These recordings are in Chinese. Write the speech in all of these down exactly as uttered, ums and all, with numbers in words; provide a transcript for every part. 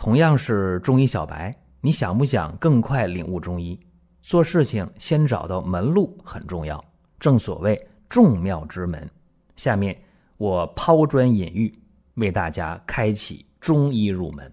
同样是中医小白，你想不想更快领悟中医？做事情先找到门路很重要，正所谓众妙之门。下面我抛砖引玉，为大家开启中医入门。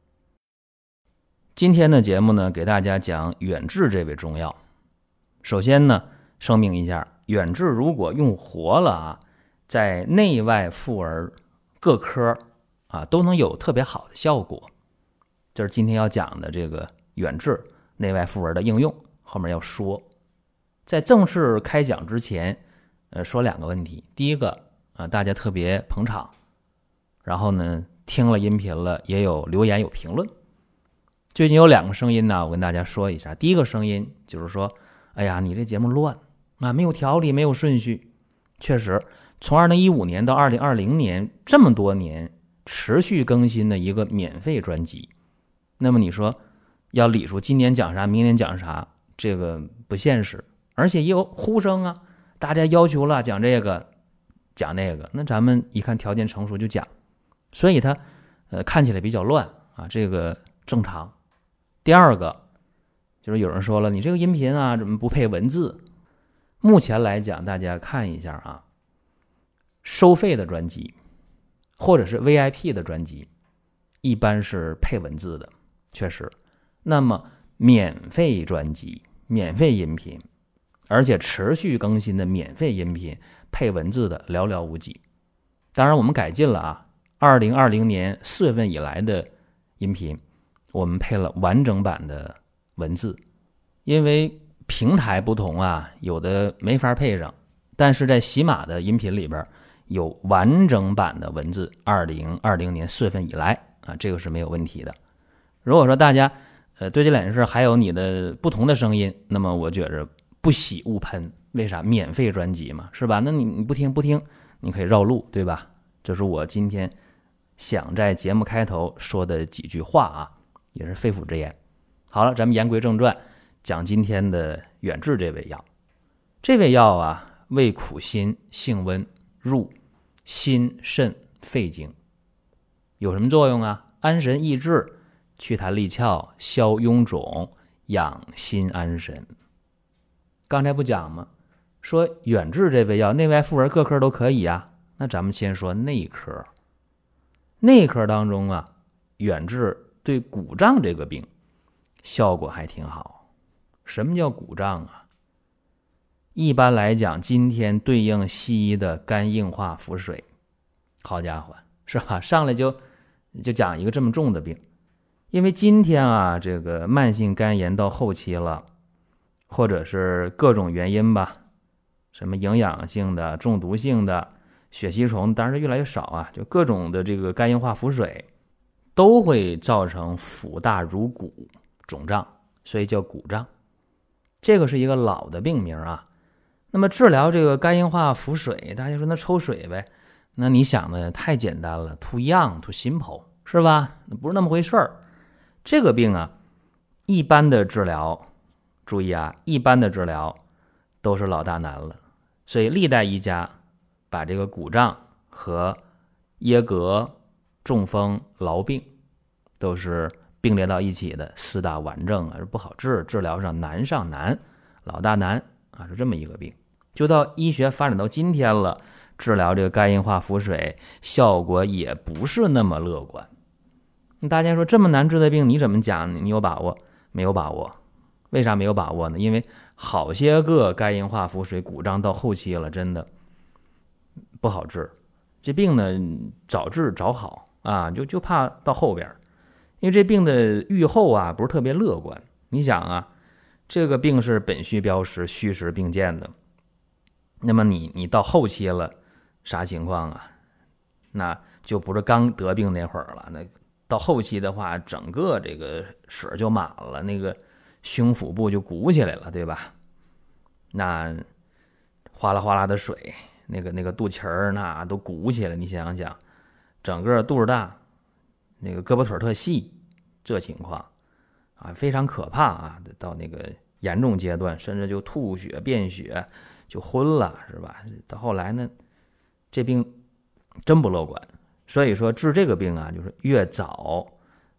今天的节目呢，给大家讲远志这味中药。首先呢，声明一下，远志如果用活了啊，在内外妇儿各科啊都能有特别好的效果。这是今天要讲的这个远志内外妇儿的应用，后面要说。在正式开讲之前，呃，说两个问题。第一个啊，大家特别捧场，然后呢，听了音频了也有留言有评论。最近有两个声音呢，我跟大家说一下。第一个声音就是说，哎呀，你这节目乱啊，没有条理，没有顺序。确实，从二零一五年到二零二零年这么多年持续更新的一个免费专辑。那么你说要理出今年讲啥明年讲啥，这个不现实，而且也有呼声啊，大家要求了讲这个讲那个，那咱们一看条件成熟就讲，所以它呃看起来比较乱啊，这个正常。第二个就是有人说了，你这个音频啊怎么不配文字？目前来讲，大家看一下啊，收费的专辑或者是 V I P 的专辑一般是配文字的，确实。那么免费专辑、免费音频，而且持续更新的免费音频配文字的寥寥无几。当然我们改进了啊，二零二零年四月份以来的音频我们配了完整版的文字，因为平台不同啊，有的没法配上，但是在喜马的音频里边有完整版的文字，二零二零年四月份以来啊，这个是没有问题的。如果说大家呃对这两件事还有你的不同的声音，那么我觉着不喜勿喷。为啥？免费专辑嘛，是吧？那你你不听不听，你可以绕路，对吧？这是我今天想在节目开头说的几句话啊，也是肺腑之言。好了，咱们言归正传，讲今天的远志这味药。这味药啊，味苦辛，性温，入心肾肺经。有什么作用啊？安神益智，祛痰利窍，消臃肿，养心安神。刚才不讲吗？说远志这味药内外妇儿各科都可以啊。那咱们先说内科。内科当中啊，远志对鼓胀这个病效果还挺好。什么叫鼓胀啊？一般来讲，今天对应西医的肝硬化腹水。好家伙，是吧？上来就就讲一个这么重的病。因为今天啊，这个慢性肝炎到后期了，或者是各种原因吧，什么营养性的、中毒性的、血吸虫当然是越来越少啊，就各种的这个肝硬化腹水都会造成腹大如鼓肿胀，所以叫鼓胀。这个是一个老的病名啊。那么治疗这个肝硬化腹水，大家说那抽水呗，那你想的太简单了， too young too simple， 是吧？不是那么回事儿。这个病啊，一般的治疗，注意啊，一般的治疗都是老大难了。所以历代医家把这个鼓胀和噎膈、中风、痨病都是并列到一起的四大顽症啊，是不好治，治疗上难上难，老大难啊，是这么一个病。就到医学发展到今天了，治疗这个肝硬化腹水效果也不是那么乐观。大家说这么难治的病你怎么讲？你有把握？没有把握。为啥没有把握呢？因为好些个肝硬化腹水鼓胀到后期了，真的不好治。这病呢，早治早好啊，就就怕到后边。因为这病的预后啊不是特别乐观。你想啊，这个病是本虚标实，虚实并见的。那么你你到后期了，啥情况啊？那就不是刚得病那会儿了，那到后期的话，整个这个水就满了，那个胸腹部就鼓起来了，对吧？那哗啦哗啦的水，那个那个肚脐儿那都鼓起来，你想想，整个肚子大，那个胳膊腿特细，这情况啊非常可怕啊！到那个严重阶段，甚至就吐血、便血，就昏了，是吧？到后来呢，这病真不乐观。所以说治这个病啊，就是越早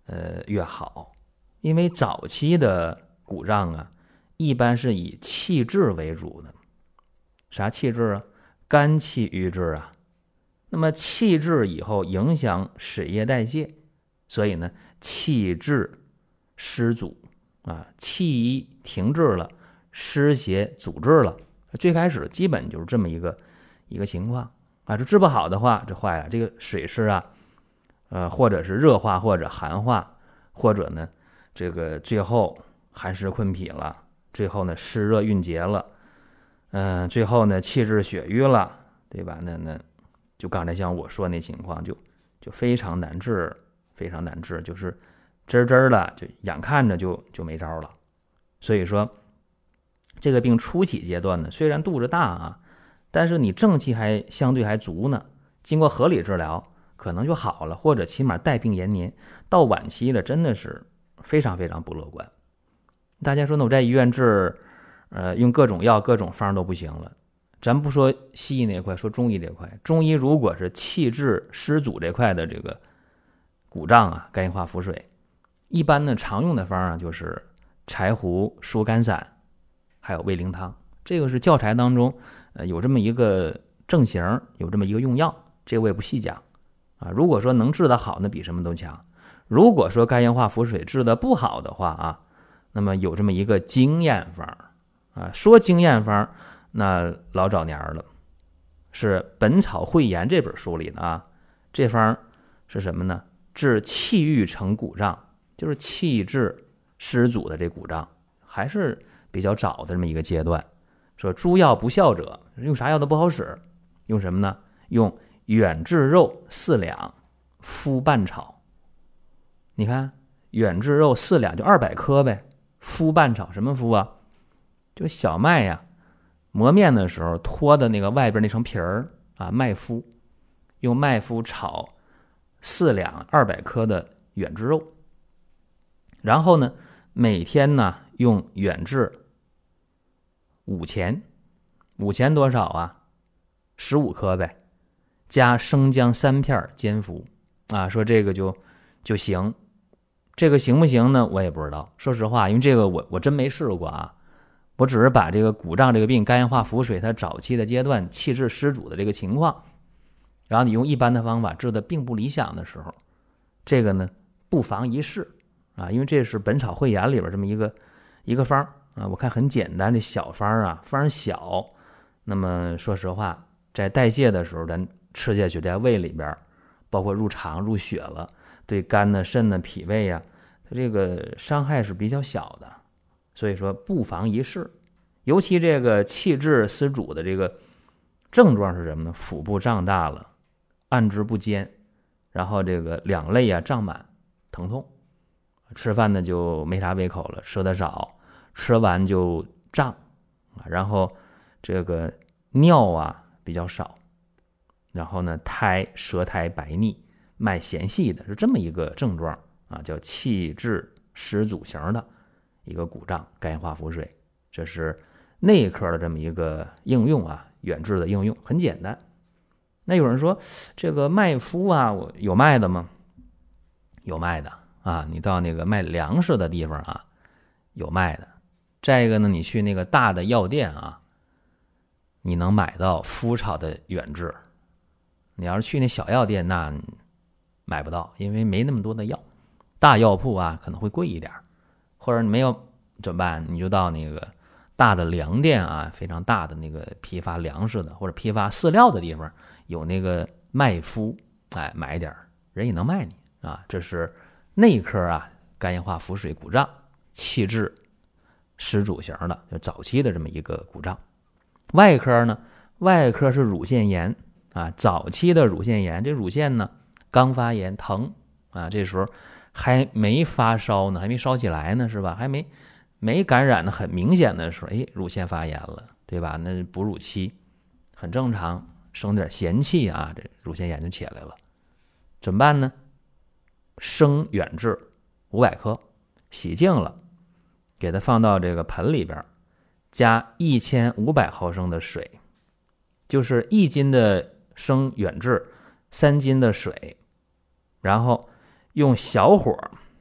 呃越好。因为早期的骨胀啊，一般是以气滞为主的。啥气滞啊？肝气郁滞啊。那么气滞以后影响水液代谢，所以呢气滞湿阻啊，气一停滞了，湿邪阻滞了。最开始基本就是这么一个一个情况啊，这治不好的话，这坏了，这个水湿啊，呃，或者是热化或者寒化，或者呢，这个最后寒湿困脾了，最后呢湿热蕴结了，嗯、呃，最后呢气滞血瘀了，对吧？那那就刚才像我说那情况，就就非常难治，非常难治，就是真真的就眼看着就就没招了。所以说，这个病初期阶段呢，虽然肚子大啊，但是你正气还相对还足呢，经过合理治疗，可能就好了，或者起码带病延年。到晚期了，真的是非常非常不乐观。大家说呢，我在医院治，呃，用各种药、各种方都不行了。咱不说西医那块，说中医这块，中医如果是气滞湿阻这块的这个骨胀啊、肝硬化腹水，一般呢常用的方啊就是柴胡疏肝散，还有味灵汤。这个是教材当中呃有这么一个症型，有这么一个用药，这个我也不细讲啊。如果说能治得好，那比什么都强。如果说肝硬化腹水治得不好的话啊，那么有这么一个经验方啊，说经验方。那老早年了，是《本草汇言》这本书里的啊。这方是什么呢？治气郁成骨胀，就是气滞湿阻的这骨胀，还是比较早的这么一个阶段。说诸药不效者，用啥药都不好使，用什么呢？用远志肉四两，敷半炒。你看，远志肉四两就二百克呗，敷半炒什么敷啊？就小麦呀、啊。磨面的时候脱的那个外边那层皮儿啊，麦麸，用麦麸炒四两二百克的远志肉，然后呢，每天呢用远志五钱，五钱多少啊？十五克呗，加生姜三片煎服啊，说这个就就行，这个行不行呢？我也不知道，说实话，因为这个我我真没试过啊。我只是把这个骨胀这个病，肝硬化腹水，它早期的阶段气滞湿阻的这个情况，然后你用一般的方法治的并不理想的时候，这个呢不妨一试啊，因为这是《本草汇言》里边这么一个一个方啊，我看很简单，这小方啊，方小，那么说实话，在代谢的时候，咱吃下去在胃里边，包括入肠入血了，对肝呢、肾呢、脾胃呀、啊，它这个伤害是比较小的。所以说不妨一试，尤其这个气滞湿阻的这个症状是什么呢？腹部胀大了，按之不坚，然后这个两肋啊胀满，疼痛，吃饭呢就没啥胃口了，吃的少，吃完就胀，然后这个尿啊比较少，然后呢苔舌苔白腻，脉弦细的，是这么一个症状啊，叫气滞湿阻型的。一个骨胀肝硬化腹水，这是内科的这么一个应用啊，远志的应用很简单。那有人说这个麦麸啊，我有卖的吗？有卖的啊，你到那个卖粮食的地方啊，有卖的。再一个呢，你去那个大的药店啊，你能买到麸炒的远志。你要是去那小药店，那买不到，因为没那么多的药。大药铺啊可能会贵一点。或者你没有怎么办？你就到那个大的粮店啊，非常大的那个批发粮食的或者批发饲料的地方，有那个麦麸，哎，买一点，人也能卖你啊。这是内科啊，肝硬化腹水骨胀，气滞湿阻型的，就早期的这么一个骨胀。外科呢，外科是乳腺炎啊，早期的乳腺炎，这乳腺呢刚发炎疼啊，这时候。还没发烧呢，还没烧起来呢，是吧？还没没感染的很明显的时候，哎，乳腺发炎了，对吧？那哺乳期很正常，生点咸气啊，这乳腺炎就起来了，怎么办呢？生远志五百克，洗净了，给它放到这个盆里边，加一千五百毫升的水，就是一斤的生远志，三斤的水，然后。用小火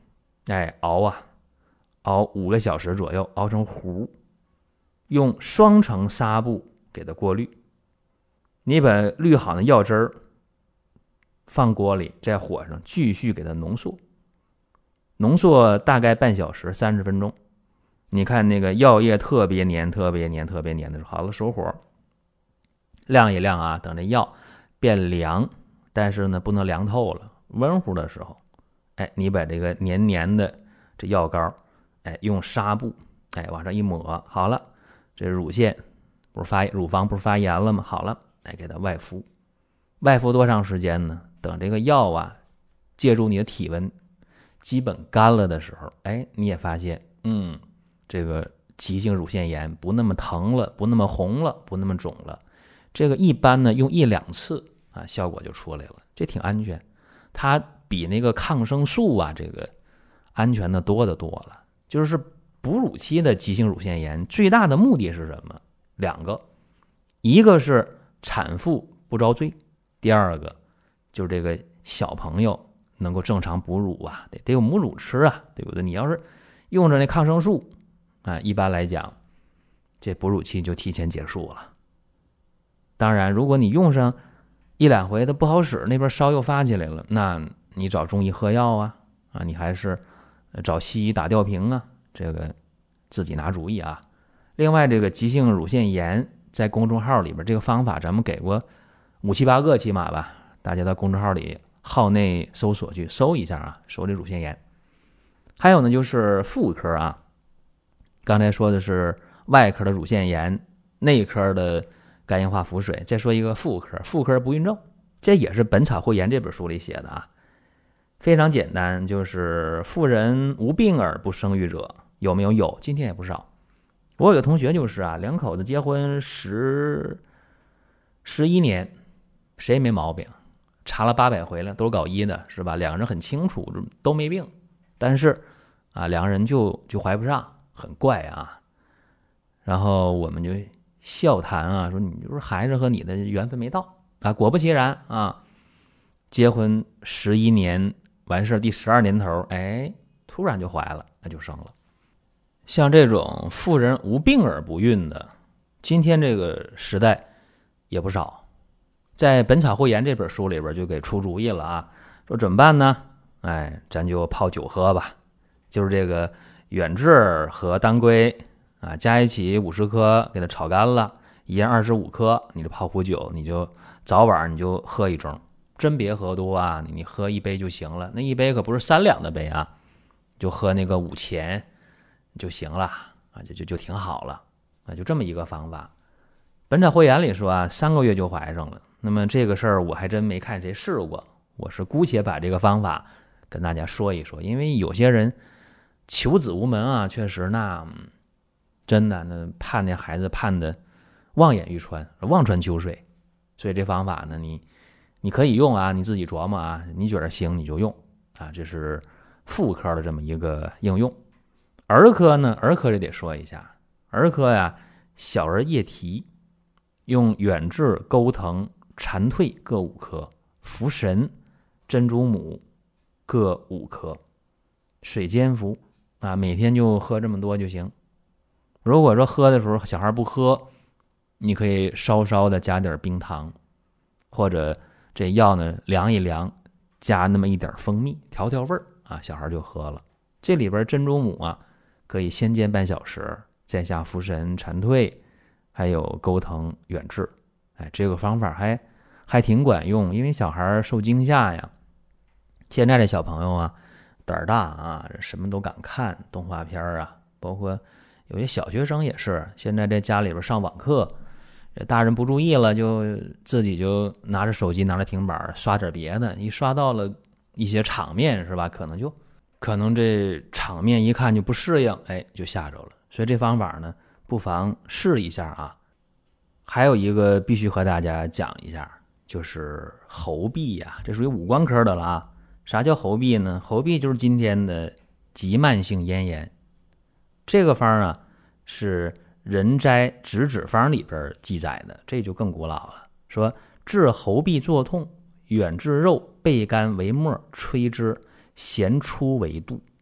哎，熬啊，熬五个小时左右，熬成糊，用双层纱布给它过滤。你把滤好的药汁儿放锅里，在火上继续给它浓缩，浓缩大概半小时三十分钟。你看那个药液特别黏特别黏特别黏的时候，好了，收火，晾一晾啊，等这药变凉，但是呢不能凉透了，温乎的时候，哎，你把这个黏黏的这药膏，哎，用纱布，哎，往上一抹，好了，这乳腺不是发乳房不是发炎了吗？好了，哎，给它外敷，外敷多长时间呢？等这个药啊，借助你的体温，基本干了的时候，哎，你也发现，嗯，这个急性乳腺炎不那么疼了，不那么红了，不那么肿了。这个一般呢，用一两次啊，效果就出来了，这挺安全。它比那个抗生素啊，这个安全的多得多了。就是哺乳期的急性乳腺炎最大的目的是什么？两个，一个是产妇不遭罪，第二个就是这个小朋友能够正常哺乳啊，得得有母乳吃啊，对不对？你要是用着那抗生素啊，一般来讲，这哺乳期就提前结束了。当然，如果你用上一两回它不好使，那边烧又发起来了，那你找中医喝药啊，啊，你还是找西医打吊瓶啊，这个自己拿主意啊。另外，这个急性乳腺炎在公众号里边这个方法咱们给过五七八个起码吧，大家到公众号里号内搜索去搜一下啊，搜这乳腺炎。还有呢，就是妇科啊，刚才说的是外科的乳腺炎，内科的肝硬化腹水，再说一个妇科，妇科不孕症，这也是《本草汇言》这本书里写的啊，非常简单，就是妇人无病而不生育者有没有？有，今天也不少。我有个同学就是啊，两口子结婚十十一年，谁也没毛病，查了八百回了，都是搞医的，是吧？两个人很清楚都没病，但是啊，两个人就就怀不上，很怪啊。然后我们就笑谈啊，说你就是孩子和你的缘分没到啊。果不其然啊，结婚十一年完事儿，第十二年头，哎，突然就怀了，那就生了。像这种妇人无病而不孕的，今天这个时代也不少。在《本草汇言》这本书里边就给出主意了啊，说怎么办呢？哎，咱就泡酒喝吧，就是这个远志和当归啊，加一起五十克，给它炒干了，一人二十五克，你这泡壶酒，你就早晚你就喝一盅，真别喝多啊，你你喝一杯就行了，那一杯可不是三两的杯啊，就喝那个五钱就行了啊，就就就挺好了啊，就这么一个方法。本草汇言里说啊，三个月就怀上了。那么这个事儿我还真没看谁试过，我是姑且把这个方法跟大家说一说，因为有些人求子无门啊，确实那真的那盼那孩子盼的望眼欲穿，望穿秋水，所以这方法呢，你你可以用啊，你自己琢磨啊，你觉得行你就用啊，这是妇科的这么一个应用。儿科呢，儿科也得说一下，儿科呀，小儿夜啼，用远志、钩藤、蝉蜕各五克，茯神、珍珠母各五克，水煎服啊，每天就喝这么多就行。如果说喝的时候小孩不喝，你可以稍稍的加点冰糖，或者这药呢凉一凉，加那么一点蜂蜜调调味儿啊，小孩就喝了。这里边珍珠母啊，可以先煎半小时，再下茯神、蝉蜕，还有钩藤、远志。哎，这个方法还还挺管用，因为小孩受惊吓呀。现在的小朋友啊，胆儿大啊，什么都敢看动画片啊，包括有些小学生也是，现在在家里边上网课，大人不注意了，就自己就拿着手机拿着平板刷点别的，一刷到了一些场面是吧，可能就可能这场面一看就不适应，哎，就吓着了。所以这方法呢，不妨试一下啊。还有一个必须和大家讲一下，就是喉痹呀，这属于五官科的了啊。啥叫喉痹呢？喉痹就是今天的急慢性咽炎。这个方啊是人斋直指方里边记载的，这就更古老了。说治喉痹作痛，远至肉，背干为末，吹之，咸出为度，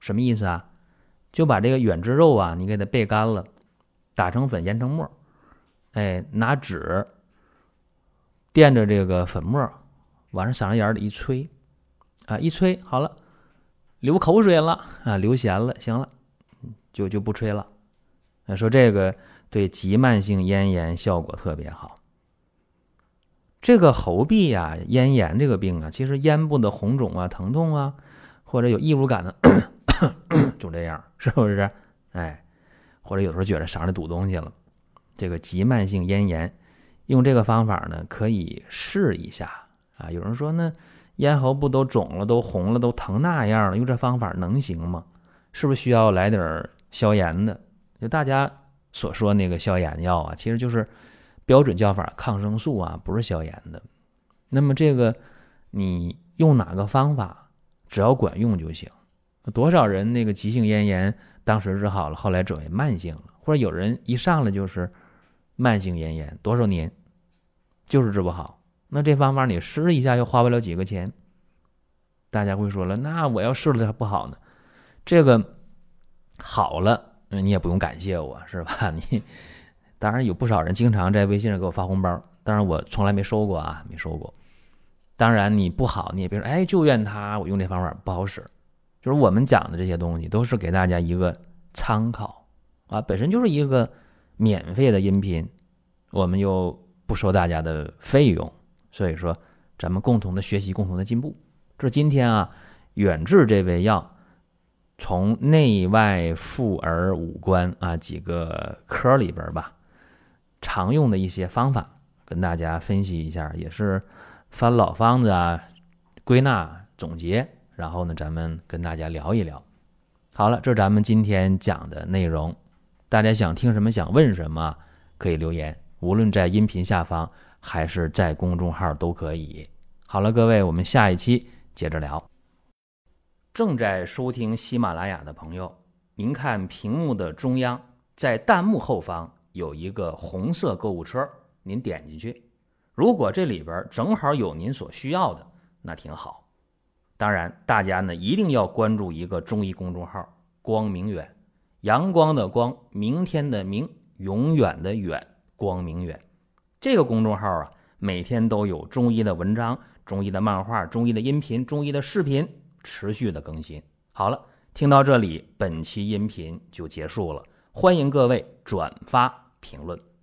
什么意思啊？就把这个远志肉啊，你给它焙干了，打成粉，研成末，哎，拿纸垫着这个粉末，往上嗓子眼里一吹，啊，一吹好了，流口水了啊，流涎了，行了，就就不吹了。说这个对急慢性咽炎效果特别好。这个喉痹呀、咽炎这个病啊，其实咽部的红肿啊、疼痛啊，或者有异物感的，就这样，是不是？哎，或者有时候觉得嗓子里堵东西了，这个急慢性咽炎，用这个方法呢，可以试一下啊。有人说呢，咽喉部都肿了、都红了、都疼那样了，用这方法能行吗？是不是需要来点消炎的？就大家所说那个消炎药啊，其实就是标准叫法抗生素啊，不是消炎的。那么这个你用哪个方法，只要管用就行。多少人那个急性咽炎当时治好了，后来转为慢性了，或者有人一上来就是慢性咽炎，多少年就是治不好。那这方法你试一下又花不了几个钱。大家会说了，那我要试了还不好呢？这个好了你也不用感谢我，是吧？你当然有不少人经常在微信上给我发红包，当然我从来没收过啊，没收过。当然你不好你也别说，哎，就怨他我用这方法不好使。就是我们讲的这些东西都是给大家一个参考啊，本身就是一个免费的音频，我们又不收大家的费用，所以说咱们共同的学习，共同的进步。这今天啊，远志这味药从内外妇儿五官啊几个科里边吧，常用的一些方法跟大家分析一下，也是翻老方子啊，归纳总结，然后呢咱们跟大家聊一聊。好了，这是咱们今天讲的内容，大家想听什么想问什么可以留言，无论在音频下方还是在公众号都可以。好了各位，我们下一期接着聊。正在收听喜马拉雅的朋友，您看屏幕的中央，在弹幕后方有一个红色购物车，您点进去，如果这里边正好有您所需要的，那挺好。当然大家呢一定要关注一个中医公众号光明远，阳光的光，明天的明，永远的远，光明远。这个公众号啊，每天都有中医的文章、中医的漫画、中医的音频、中医的视频持续的更新。好了，听到这里，本期音频就结束了，欢迎各位转发评论。